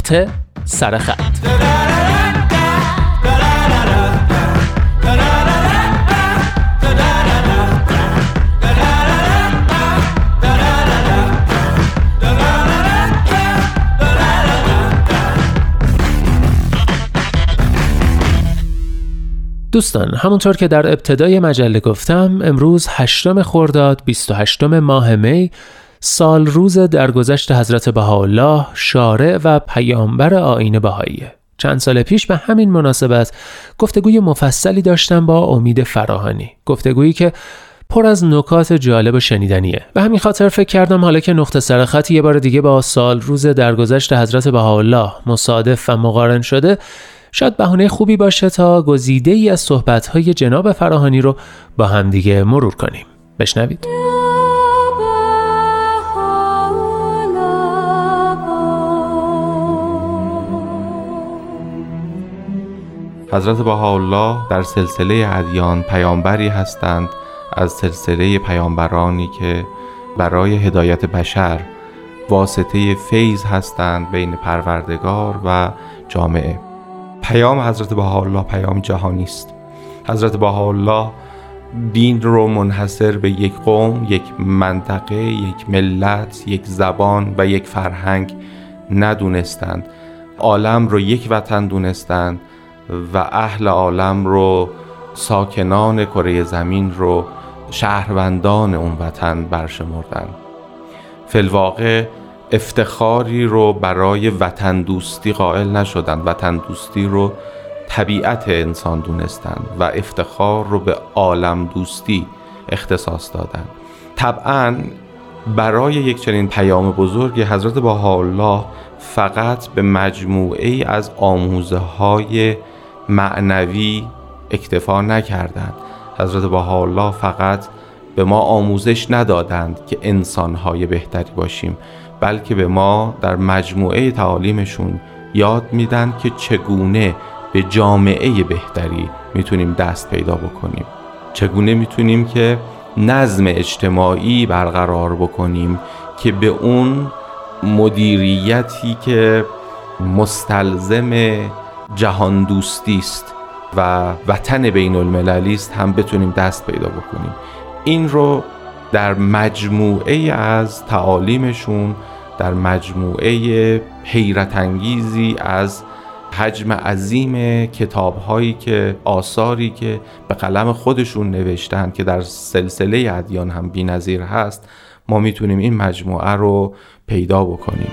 سرخط. دوستان، همونطور که در ابتدای مجله گفتم، امروز 8 خرداد 28 ماه می، سال روز درگذشت حضرت بهاءالله شارع و پیامبر آیین بهائیه. چند سال پیش به همین مناسبت گفتگوی مفصلی داشتم با امید فراهانی، گفتگویی که پر از نکات جالب و شنیدنیه. به همین خاطر فکر کردم حالا که نقطه سرخط یه بار دیگه با سال روز درگذشت حضرت بهاءالله مصادف و مقارن شده، شاید بهونه خوبی باشه تا گزیده‌ای از صحبت‌های جناب فراهانی رو با هم دیگه مرور کنیم. بشنوید. حضرت بهاءالله در سلسله ادیان پیامبری هستند از سلسله پیامبرانی که برای هدایت بشر واسطه فیض هستند بین پروردگار و جامعه. پیام حضرت بهاءالله پیام جهانی است. حضرت بهاءالله دین رو منحصر به یک قوم، یک منطقه، یک ملت، یک زبان و یک فرهنگ ندونستند. عالم رو یک وطن دونستند و اهل عالم رو، ساکنان کره زمین رو شهروندان اون وطن برشمردند. فی الواقع افتخاری رو برای وطن دوستی قائل نشدند. وطن دوستی رو طبیعت انسان دونستند و افتخار رو به عالم دوستی اختصاص دادند. طبعاً برای یک چنین پیام بزرگ حضرت بهاءالله فقط به مجموعه از آموزه‌های معنوی اکتفا نکردند. حضرت بهاءالله فقط به ما آموزش ندادند که انسان‌های بهتری باشیم، بلکه به ما در مجموعه تعالیمشون یاد میدن که چگونه به جامعه بهتری میتونیم دست پیدا بکنیم، چگونه میتونیم که نظم اجتماعی برقرار بکنیم که به اون مدیریتی که مستلزم جهان دوستی است و وطن بین المللی است هم بتونیم دست پیدا بکنیم. این رو در مجموعه از تعالیمشون، در مجموعه حیرت انگیزی از حجم عظیم کتاب‌هایی که آثاری که به قلم خودشون نوشتن که در سلسله ادیان هم بی‌نظیر هست، ما میتونیم این مجموعه رو پیدا بکنیم.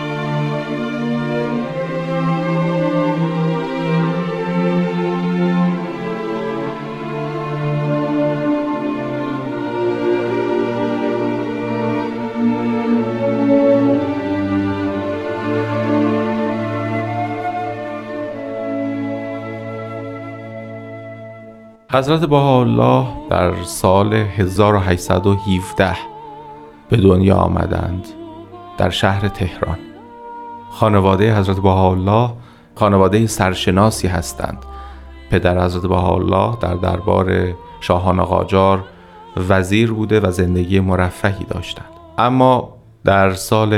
حضرت بهاءالله در سال 1817 به دنیا آمدند در شهر تهران. خانواده حضرت بهاءالله خانواده سرشناسی هستند. پدر حضرت بهاءالله در دربار شاهان قاجار وزیر بوده و زندگی مرفهی داشتند. اما در سال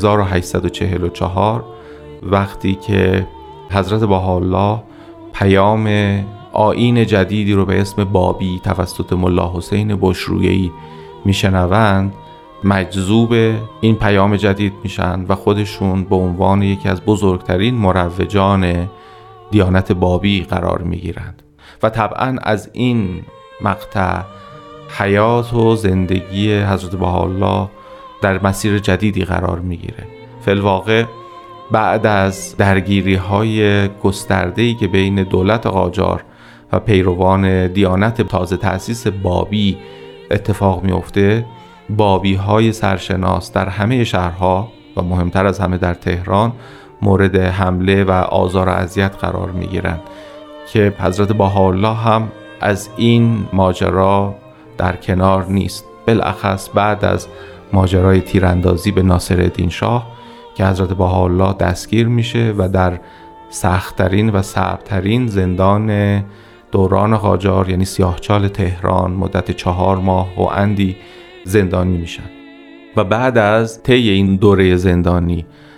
1844 وقتی که حضرت بهاءالله پیام آیین جدیدی رو به اسم بابی توسط ملا حسین بشرویه‌ای میشنوند، مجذوب این پیام جدید میشن و خودشون به عنوان یکی از بزرگترین مروجان دیانت بابی قرار میگیرند و طبعا از این مقطع حیات و زندگی حضرت بهاءالله در مسیر جدیدی قرار میگیره. فی الواقع بعد از درگیری‌های گسترده‌ای که بین دولت قاجار و پیروان دیانت تازه تأسیس بابی اتفاق میفته، بابی های سرشناس در همه شهرها و مهمتر از همه در تهران مورد حمله و آزار و اذیت قرار میگیرند که حضرت بهاءالله هم از این ماجرا در کنار نیست. بالاخص بعد از ماجرای تیراندازی به ناصرالدین شاه که حضرت بهاءالله دستگیر میشه و در سخت‌ترین و صعب‌ترین زندان دوران قاجار یعنی سیاهچال تهران مدت 4 ماه و اندی زندانی میشن و بعد از طی این دوره زندانی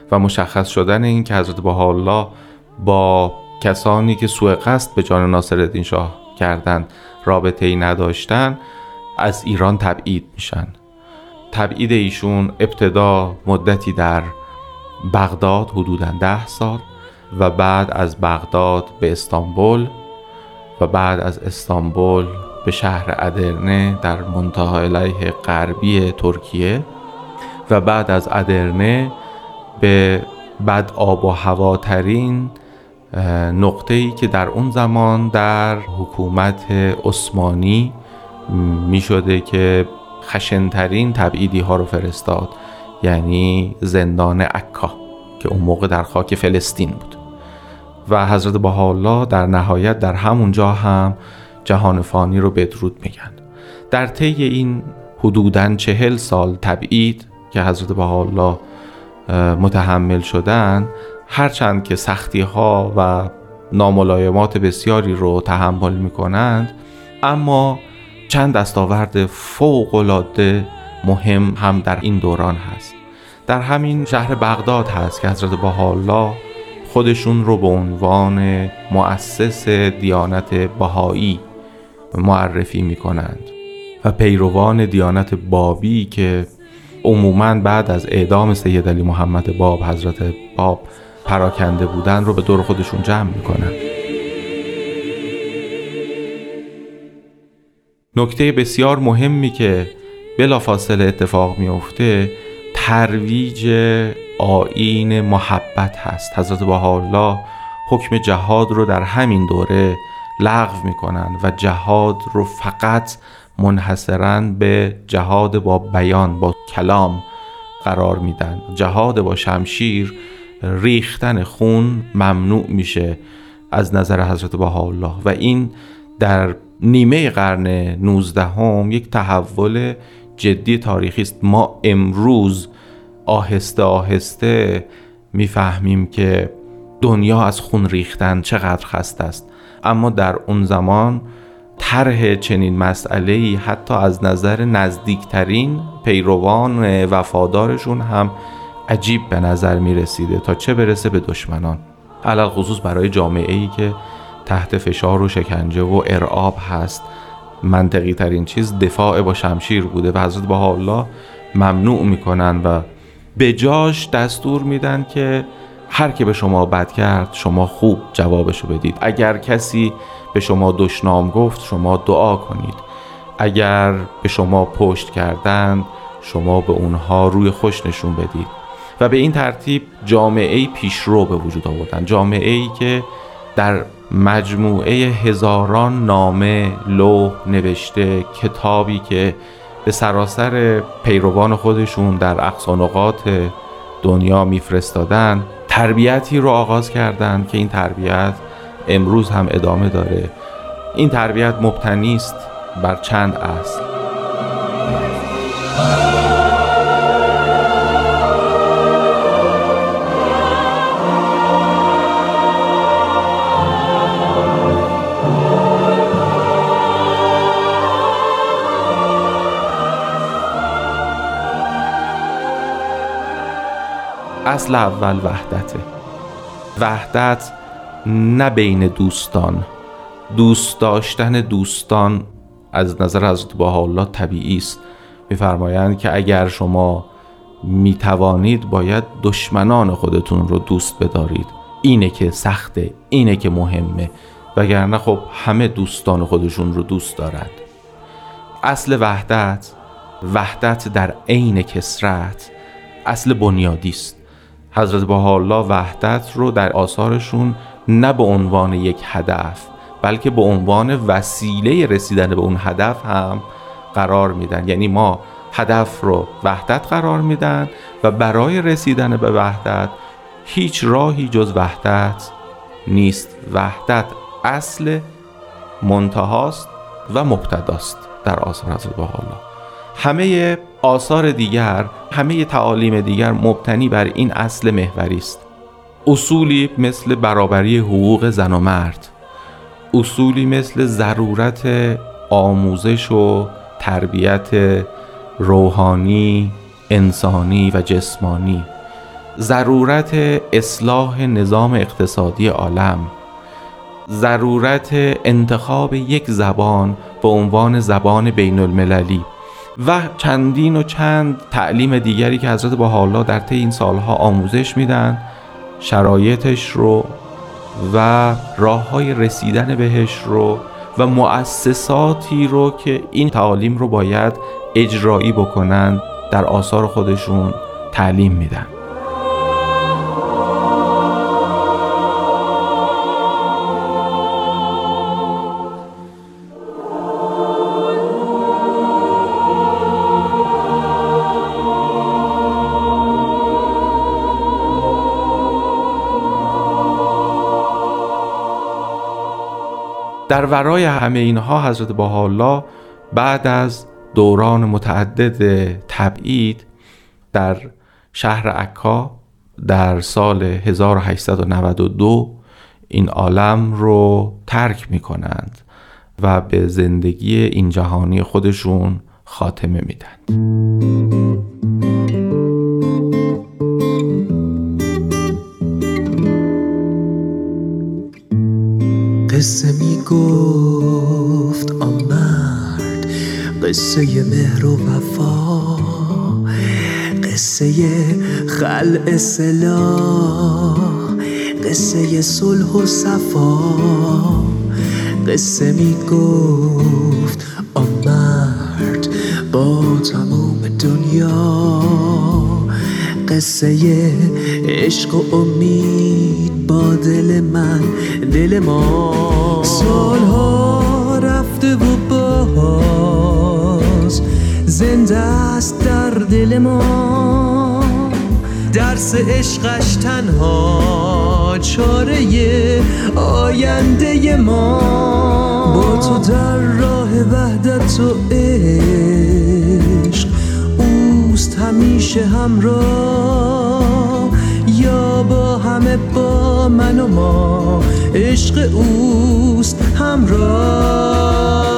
و مشخص شدن این که حضرت بهاءالله با کسانی که سوء قصد به جان ناصرالدین شاه کردند رابطه‌ای نداشتن از ایران تبعید میشن. تبعید ایشون ابتدا مدتی در بغداد حدوداً 10 سال و بعد از بغداد به استانبول و بعد از استانبول به شهر ادرنه در منتهای علیه غربی ترکیه و بعد از ادرنه به بد آب و هواترین نقطه‌ای که در اون زمان در حکومت عثمانی می شده که خشنترین تبعیدی ها رو فرستاد، یعنی زندان عکا که اون موقع در خاک فلسطین بود. و حضرت بهاءالله در نهایت در همونجا هم جهان فانی رو بدرود میگن. در طی این حدوداً 40 سال تبعید که حضرت بهاءالله متحمل شدن، هرچند که سختی ها و ناملایمات بسیاری رو تحمل میکنند، اما چند دستاورد فوق‌العاده مهم هم در این دوران هست. در همین شهر بغداد هست که حضرت بهاءالله خودشون رو به عنوان مؤسس دیانت بهایی معرفی میکنند و پیروان دیانت بابی که عموماً بعد از اعدام سید علی محمد باب حضرت باب پراکنده بودن رو به دور خودشون جمع میکنند. نکته بسیار مهمی که بلافاصله اتفاق میفته ترویج آیین محبت هست. حضرت بهاءالله حکم جهاد رو در همین دوره لغو میکنن و جهاد رو فقط منحصراً به جهاد با بیان، با کلام قرار میدن. جهاد با شمشیر، ریختن خون ممنوع میشه از نظر حضرت بهاءالله و این در نیمه قرن 19 یک تحول جدی تاریخی است. ما امروز آهسته آهسته میفهمیم که دنیا از خون ریختن چقدر خسته است، اما در اون زمان طرح چنین مسئله‌ای حتی از نظر نزدیکترین پیروان وفادارشون هم عجیب به نظر می رسیده، تا چه برسه به دشمنان، علل خصوص برای جامعه‌ای که تحت فشار و شکنجه و ارعاب هست. منطقی ترین چیز دفاع با شمشیر بوده و حضرت بهاءالله ممنوع میکنن و به جاش دستور میدن که هر که به شما بد کرد شما خوب جوابشو بدید. اگر کسی به شما دشنام گفت شما دعا کنید. اگر به شما پشت کردن شما به اونها روی خوش نشون بدید. و به این ترتیب جامعه‌ای پیشرو به وجود آوردن، جامعه‌ای که در مجموعه هزاران نامه، لوح نوشته، کتابی که به سراسر پیروان خودشون در اقصا نقاط دنیا میفرستادن، تربیتی رو آغاز کردند که این تربیت امروز هم ادامه داره. این تربیت مبتنی است بر چند اصل. اصل اول وحدته. وحدت نه بین دوستان، دوست داشتن دوستان از نظر حضرت بهاءالله طبیعی است. می‌فرمایند که اگر شما می‌توانید باید دشمنان خودتون رو دوست بدارید. اینه که سخته، اینه که مهمه، وگرنه خب همه دوستان خودشون رو دوست دارند. اصل وحدت در عین کثرت اصل بنیادی است. حضرت بهاءالله وحدت رو در آثارشون نه به عنوان یک هدف بلکه به عنوان وسیله رسیدن به اون هدف هم قرار میدن. یعنی ما هدف رو وحدت قرار میدن و برای رسیدن به وحدت هیچ راهی جز وحدت نیست. وحدت اصل منتهاست و مبتداست در آثار حضرت بهاءالله. همه آثار دیگر، همه تعالیم دیگر مبتنی بر این اصل محوری است. اصولی مثل برابری حقوق زن و مرد، اصولی مثل ضرورت آموزش و تربیت روحانی، انسانی و جسمانی، ضرورت اصلاح نظام اقتصادی عالم، ضرورت انتخاب یک زبان به عنوان زبان بین المللی و چندین و چند تعلیم دیگری که حضرت بهاءالله در طی این سالها آموزش میدن، شرایطش رو و راه‌های رسیدن بهش رو و مؤسساتی رو که این تعالیم رو باید اجرایی بکنن در آثار خودشون تعلیم میدن. در ورای همه اینها حضرت بهاءالله بعد از دوران متعدد تبعید در شهر عکا در سال 1892 این عالم رو ترک می کنند و به زندگی این جهانی خودشون خاتمه میدن. قصه می گفت آن مرد، قصه مهر و وفا، قصه خلع سلاح، قصه صلح و صفا. قصه می گفت آن مرد با تمام دنیا، قصه عشق و امید با دل من، دل ما. سالها رفته و باز زنده است در دل ما، درس عشقش تنها چاره آینده ما. با تو در راه وحدت و عشق اوست همیشه همراه، یا با همه با من و ما، عشق اوست همراه.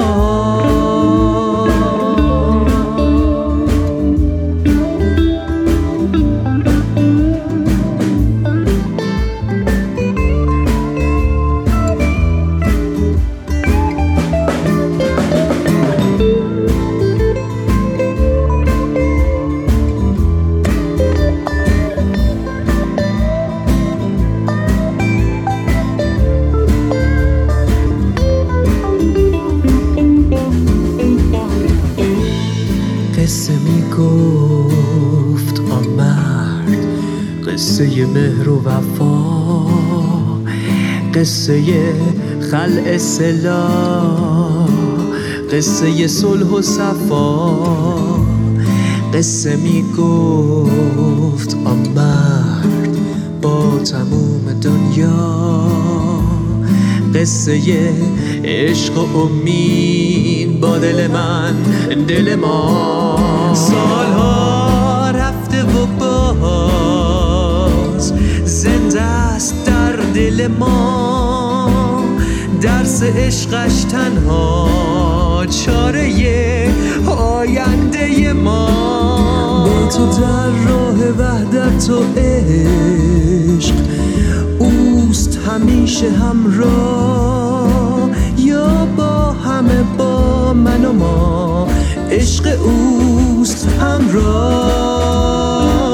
قصه می گفت آن مرد، قصه مهر و وفا، قصه خلع سلاح، قصه صلح و صفا. قصه می گفت آن مرد با تمام دنیا، قصه عشق و امید با دل من، دل ما. سالها رفته و باز زنده است در دل ما، درس عشقش تنها چاره آینده ما. با تو در راه وحدت و عشق اوست همیشه همراه، یا با همه با من و ما، عشق اوست همراه.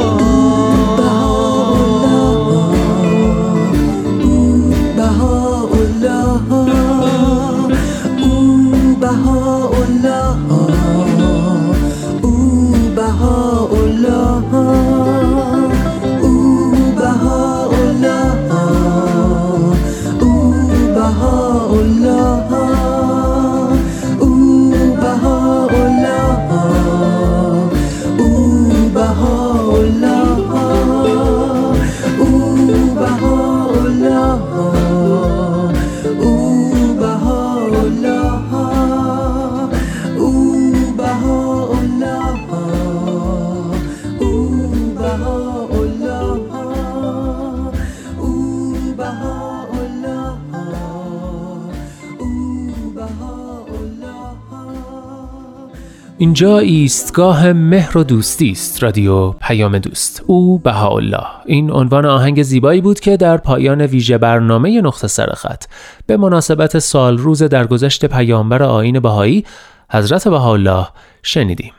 اینجا ایستگاه مهر و دوستی است. رادیو پیام دوست، او بهاءالله. این عنوان آهنگ زیبایی بود که در پایان ویژه برنامه نقطه سرخط به مناسبت سال روز درگذشت پیامبر آیین بهایی حضرت بهاءالله شنیدیم.